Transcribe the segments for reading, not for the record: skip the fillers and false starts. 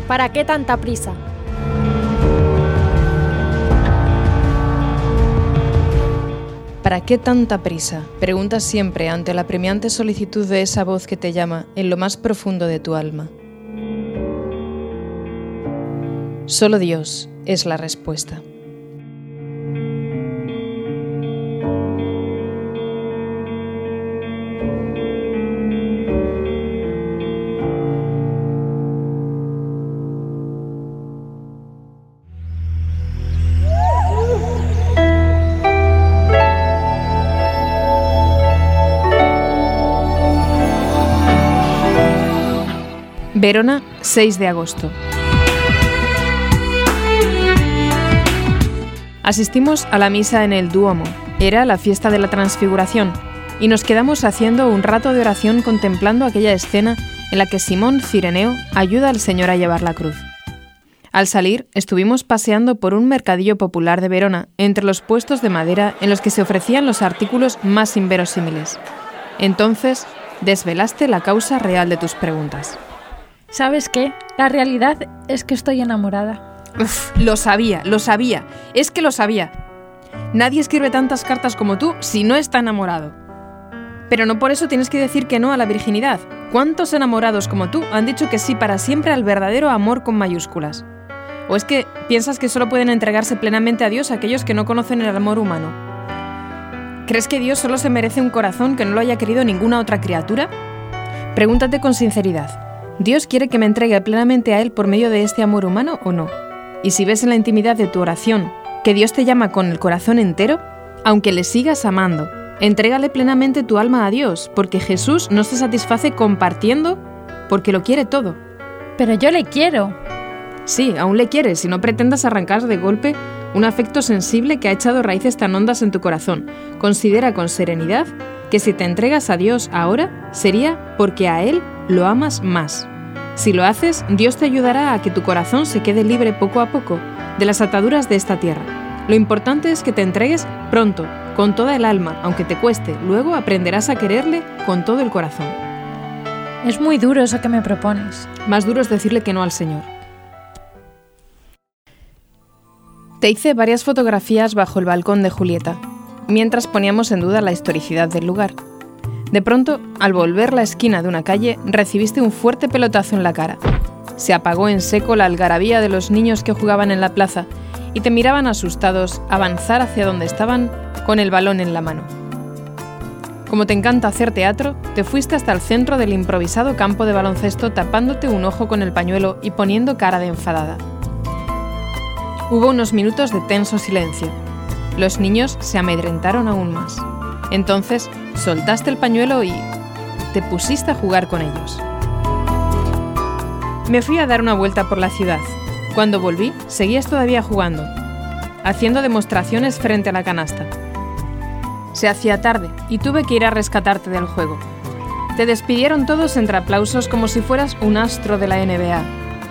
¿Para qué tanta prisa? ¿Para qué tanta prisa? Preguntas siempre ante la apremiante solicitud de esa voz que te llama en lo más profundo de tu alma. Solo Dios es la respuesta. Verona, 6 de agosto. Asistimos a la misa en el Duomo. Era la fiesta de la Transfiguración y nos quedamos haciendo un rato de oración contemplando aquella escena en la que Simón Cireneo ayuda al Señor a llevar la cruz. Al salir, estuvimos paseando por un mercadillo popular de Verona entre los puestos de madera en los que se ofrecían los artículos más inverosímiles. Entonces, desvelaste la causa real de tus preguntas. ¿Sabes qué? La realidad es que estoy enamorada. Uf, lo sabía, es que lo sabía. Nadie escribe tantas cartas como tú si no está enamorado. Pero no por eso tienes que decir que no a la virginidad. ¿Cuántos enamorados como tú han dicho que sí para siempre al verdadero amor con mayúsculas? ¿O es que piensas que solo pueden entregarse plenamente a Dios aquellos que no conocen el amor humano? ¿Crees que Dios solo se merece un corazón que no lo haya querido ninguna otra criatura? Pregúntate con sinceridad. ¿Dios quiere que me entregue plenamente a Él por medio de este amor humano o no? Y si ves en la intimidad de tu oración que Dios te llama con el corazón entero, aunque le sigas amando, entrégale plenamente tu alma a Dios, porque Jesús no se satisface compartiendo, porque lo quiere todo. Pero yo le quiero. Sí, aún le quieres, y no pretendas arrancar de golpe un afecto sensible que ha echado raíces tan hondas en tu corazón. Considera con serenidad que si te entregas a Dios ahora, sería porque a Él lo amas más. Si lo haces, Dios te ayudará a que tu corazón se quede libre poco a poco de las ataduras de esta tierra. Lo importante es que te entregues pronto, con toda el alma, aunque te cueste. Luego aprenderás a quererle con todo el corazón. Es muy duro eso que me propones. Más duro es decirle que no al Señor. Te hice varias fotografías bajo el balcón de Julieta, mientras poníamos en duda la historicidad del lugar. De pronto, al volver la esquina de una calle, recibiste un fuerte pelotazo en la cara. Se apagó en seco la algarabía de los niños que jugaban en la plaza y te miraban asustados avanzar hacia donde estaban con el balón en la mano. Como te encanta hacer teatro, te fuiste hasta el centro del improvisado campo de baloncesto tapándote un ojo con el pañuelo y poniendo cara de enfadada. Hubo unos minutos de tenso silencio. Los niños se amedrentaron aún más. Entonces, soltaste el pañuelo y te pusiste a jugar con ellos. Me fui a dar una vuelta por la ciudad. Cuando volví, seguías todavía jugando, haciendo demostraciones frente a la canasta. Se hacía tarde y tuve que ir a rescatarte del juego. Te despidieron todos entre aplausos como si fueras un astro de la NBA.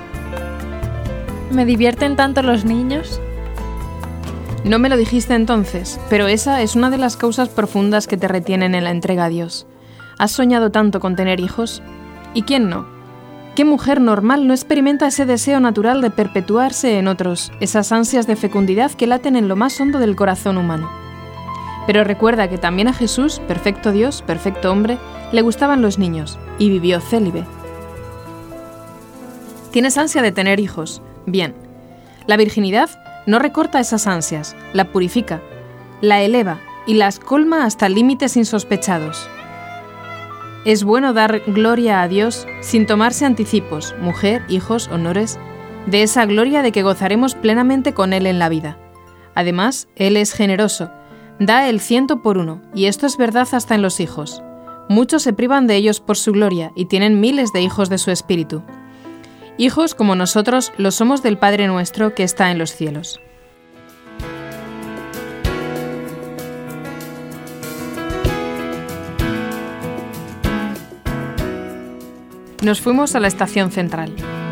¿Me divierten tanto los niños? No me lo dijiste entonces, pero esa es una de las causas profundas que te retienen en la entrega a Dios. ¿Has soñado tanto con tener hijos? ¿Y quién no? ¿Qué mujer normal no experimenta ese deseo natural de perpetuarse en otros, esas ansias de fecundidad que laten en lo más hondo del corazón humano? Pero recuerda que también a Jesús, perfecto Dios, perfecto hombre, le gustaban los niños y vivió célibe. ¿Tienes ansia de tener hijos? Bien. La virginidad no recorta esas ansias, la purifica, la eleva y las colma hasta límites insospechados. Es bueno dar gloria a Dios sin tomarse anticipos, mujer, hijos, honores, de esa gloria de que gozaremos plenamente con Él en la vida. Además, Él es generoso, da el 100 por 1, y esto es verdad hasta en los hijos. Muchos se privan de ellos por su gloria y tienen miles de hijos de su espíritu. Hijos como nosotros lo somos del Padre nuestro que está en los cielos. Nos fuimos a la estación central.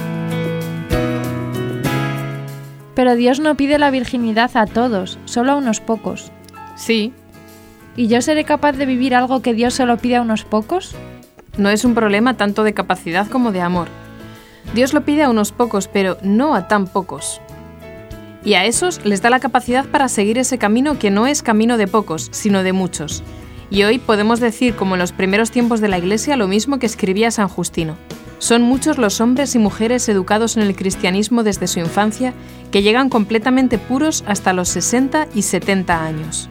Pero Dios no pide la virginidad a todos, solo a unos pocos. Sí. ¿Y yo seré capaz de vivir algo que Dios solo pide a unos pocos? No es un problema tanto de capacidad como de amor. Dios lo pide a unos pocos, pero no a tan pocos. Y a esos les da la capacidad para seguir ese camino que no es camino de pocos, sino de muchos. Y hoy podemos decir, como en los primeros tiempos de la Iglesia, lo mismo que escribía San Justino. Son muchos los hombres y mujeres educados en el cristianismo desde su infancia que llegan completamente puros hasta los 60 y 70 años.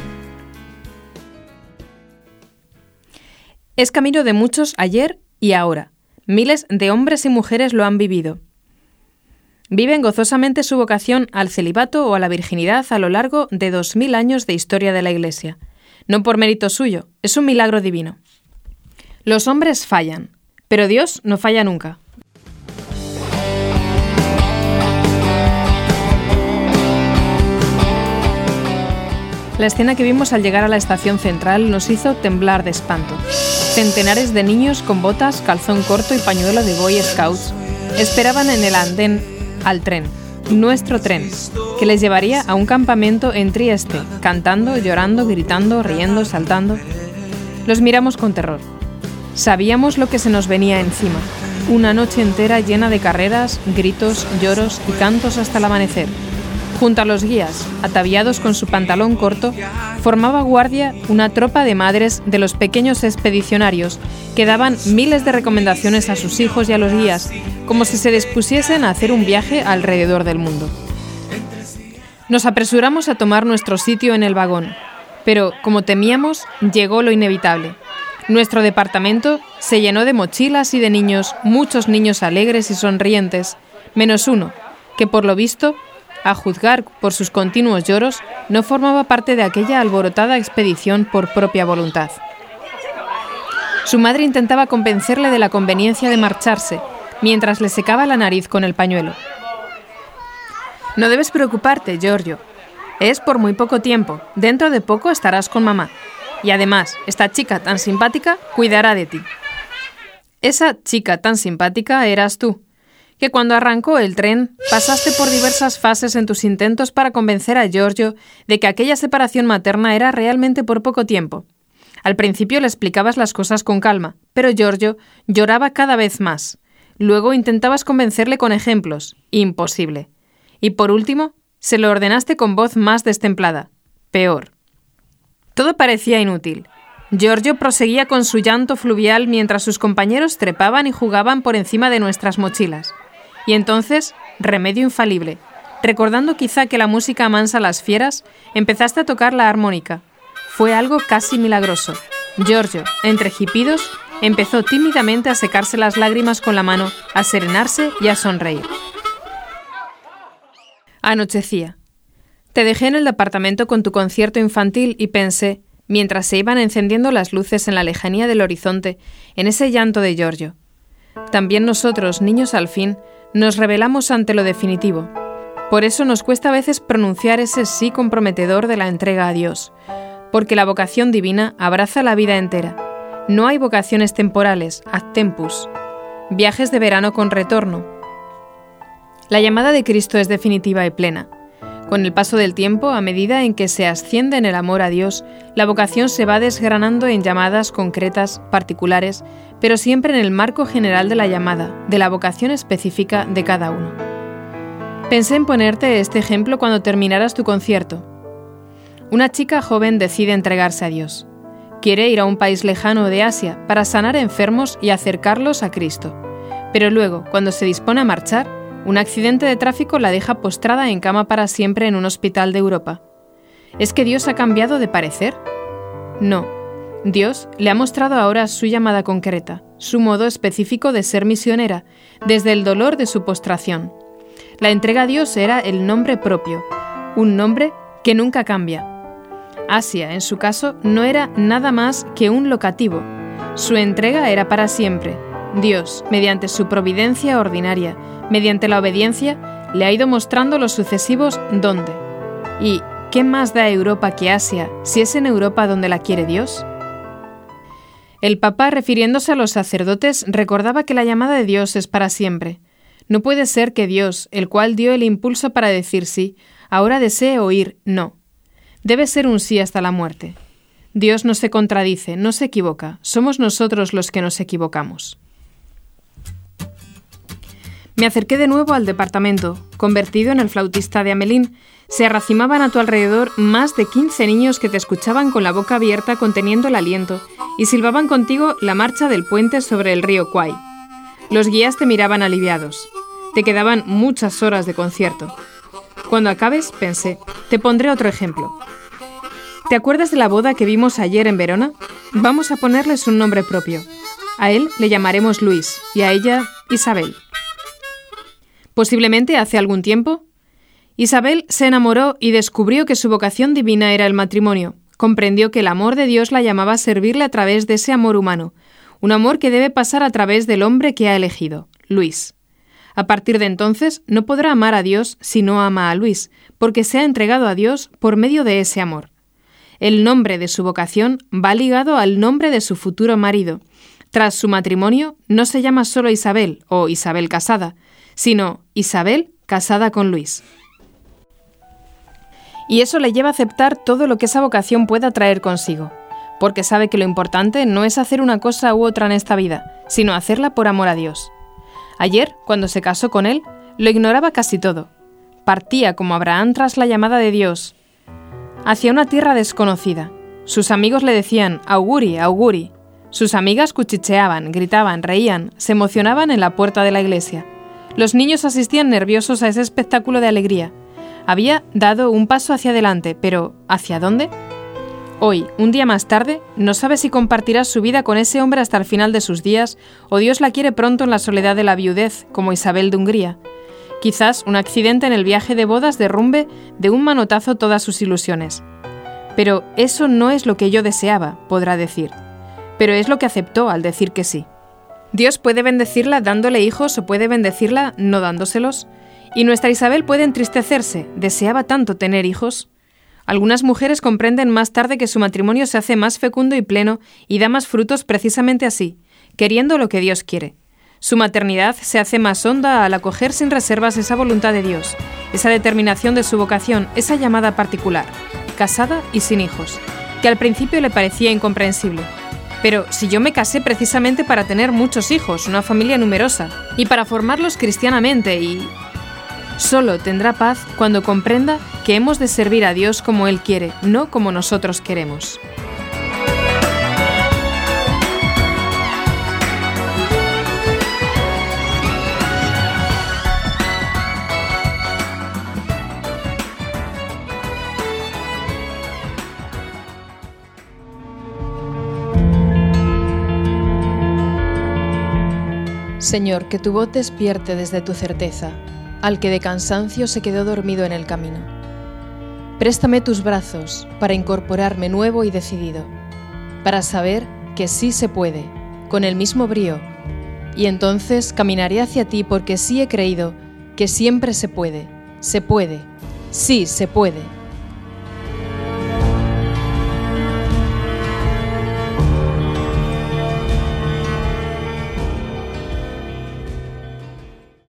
Es camino de muchos ayer y ahora. Miles de hombres y mujeres lo han vivido. Viven gozosamente su vocación al celibato o a la virginidad a lo largo de 2000 años de historia de la Iglesia. No por mérito suyo, es un milagro divino. Los hombres fallan, pero Dios no falla nunca. La escena que vimos al llegar a la estación central nos hizo temblar de espanto. Centenares de niños con botas, calzón corto y pañuelo de Boy Scouts esperaban en el andén al tren, nuestro tren, que les llevaría a un campamento en Trieste, cantando, llorando, gritando, riendo, saltando. Los miramos con terror. Sabíamos lo que se nos venía encima. Una noche entera llena de carreras, gritos, lloros y cantos hasta el amanecer. Junto a los guías, ataviados con su pantalón corto, formaba guardia una tropa de madres de los pequeños expedicionarios que daban miles de recomendaciones a sus hijos y a los guías, como si se dispusiesen a hacer un viaje alrededor del mundo. Nos apresuramos a tomar nuestro sitio en el vagón, pero, como temíamos, llegó lo inevitable. Nuestro departamento se llenó de mochilas y de niños, muchos niños alegres y sonrientes, menos uno, que por lo visto, a juzgar por sus continuos lloros, no formaba parte de aquella alborotada expedición por propia voluntad. Su madre intentaba convencerle de la conveniencia de marcharse, mientras le secaba la nariz con el pañuelo. «No debes preocuparte, Giorgio. Es por muy poco tiempo. Dentro de poco estarás con mamá. Y además, esta chica tan simpática cuidará de ti». Esa chica tan simpática eras tú, que cuando arrancó el tren pasaste por diversas fases en tus intentos para convencer a Giorgio de que aquella separación materna era realmente por poco tiempo. Al principio le explicabas las cosas con calma, pero Giorgio lloraba cada vez más. Luego intentabas convencerle con ejemplos. Imposible. Y por último, se lo ordenaste con voz más destemplada. Peor. Todo parecía inútil. Giorgio proseguía con su llanto fluvial mientras sus compañeros trepaban y jugaban por encima de nuestras mochilas. Y entonces, remedio infalible. Recordando quizá que la música amansa a las fieras, empezaste a tocar la armónica. Fue algo casi milagroso. Giorgio, entre jipidos, empezó tímidamente a secarse las lágrimas con la mano, a serenarse y a sonreír. Anochecía. Te dejé en el departamento con tu concierto infantil y pensé, mientras se iban encendiendo las luces en la lejanía del horizonte, en ese llanto de Giorgio. También nosotros, niños al fin, nos rebelamos ante lo definitivo. Por eso nos cuesta a veces pronunciar ese sí comprometedor de la entrega a Dios, porque la vocación divina abraza la vida entera. No hay vocaciones temporales, ad tempus, viajes de verano con retorno. La llamada de Cristo es definitiva y plena. Con el paso del tiempo, a medida en que se asciende en el amor a Dios, la vocación se va desgranando en llamadas concretas, particulares, pero siempre en el marco general de la llamada, de la vocación específica de cada uno. Pensé en ponerte este ejemplo cuando terminaras tu concierto. Una chica joven decide entregarse a Dios. Quiere ir a un país lejano de Asia para sanar enfermos y acercarlos a Cristo. Pero luego, cuando se dispone a marchar, un accidente de tráfico la deja postrada en cama para siempre en un hospital de Europa. ¿Es que Dios ha cambiado de parecer? No. Dios le ha mostrado ahora su llamada concreta, su modo específico de ser misionera, desde el dolor de su postración. La entrega a Dios era el nombre propio, un nombre que nunca cambia. Asia, en su caso, no era nada más que un locativo. Su entrega era para siempre. Dios, mediante su providencia ordinaria, mediante la obediencia, le ha ido mostrando los sucesivos dónde. ¿Y qué más da Europa que Asia, si es en Europa donde la quiere Dios? El Papa, refiriéndose a los sacerdotes, recordaba que la llamada de Dios es para siempre. No puede ser que Dios, el cual dio el impulso para decir sí, ahora desee oír no. Debe ser un sí hasta la muerte. Dios no se contradice, no se equivoca, somos nosotros los que nos equivocamos. Me acerqué de nuevo al departamento, convertido en el flautista de Amelín. Se arracimaban a tu alrededor más de 15 niños que te escuchaban con la boca abierta conteniendo el aliento y silbaban contigo la marcha del puente sobre el río Kwai. Los guías te miraban aliviados. Te quedaban muchas horas de concierto. Cuando acabes, pensé, te pondré otro ejemplo. ¿Te acuerdas de la boda que vimos ayer en Verona? Vamos a ponerles un nombre propio. A él le llamaremos Luis y a ella Isabel. Posiblemente hace algún tiempo, Isabel se enamoró y descubrió que su vocación divina era el matrimonio. Comprendió que el amor de Dios la llamaba a servirle a través de ese amor humano, un amor que debe pasar a través del hombre que ha elegido, Luis. A partir de entonces no podrá amar a Dios si no ama a Luis, porque se ha entregado a Dios por medio de ese amor. El nombre de su vocación va ligado al nombre de su futuro marido. Tras su matrimonio no se llama solo Isabel o Isabel casada, sino Isabel casada con Luis. Y eso le lleva a aceptar todo lo que esa vocación pueda traer consigo, porque sabe que lo importante no es hacer una cosa u otra en esta vida, sino hacerla por amor a Dios. Ayer, cuando se casó con él, lo ignoraba casi todo. Partía como Abraham tras la llamada de Dios, hacia una tierra desconocida. Sus amigos le decían, auguri, auguri. Sus amigas cuchicheaban, gritaban, reían, se emocionaban en la puerta de la iglesia. Los niños asistían nerviosos a ese espectáculo de alegría. Había dado un paso hacia adelante, pero ¿hacia dónde? Hoy, un día más tarde, no sabe si compartirá su vida con ese hombre hasta el final de sus días o Dios la quiere pronto en la soledad de la viudez, como Isabel de Hungría. Quizás un accidente en el viaje de bodas derrumbe de un manotazo todas sus ilusiones. Pero eso no es lo que yo deseaba, podrá decir. Pero es lo que aceptó al decir que sí. Dios puede bendecirla dándole hijos o puede bendecirla no dándoselos. Y nuestra Isabel puede entristecerse, deseaba tanto tener hijos. Algunas mujeres comprenden más tarde que su matrimonio se hace más fecundo y pleno y da más frutos precisamente así, queriendo lo que Dios quiere. Su maternidad se hace más honda al acoger sin reservas esa voluntad de Dios, esa determinación de su vocación, esa llamada particular, casada y sin hijos, que al principio le parecía incomprensible. Pero si yo me casé precisamente para tener muchos hijos, una familia numerosa, y para formarlos cristianamente y... Solo tendrá paz cuando comprenda que hemos de servir a Dios como Él quiere, no como nosotros queremos. Señor, que tu voz despierte desde tu certeza al que de cansancio se quedó dormido en el camino. Préstame tus brazos para incorporarme nuevo y decidido, para saber que sí se puede, con el mismo brío, y entonces caminaré hacia ti porque sí he creído que siempre se puede, sí se puede.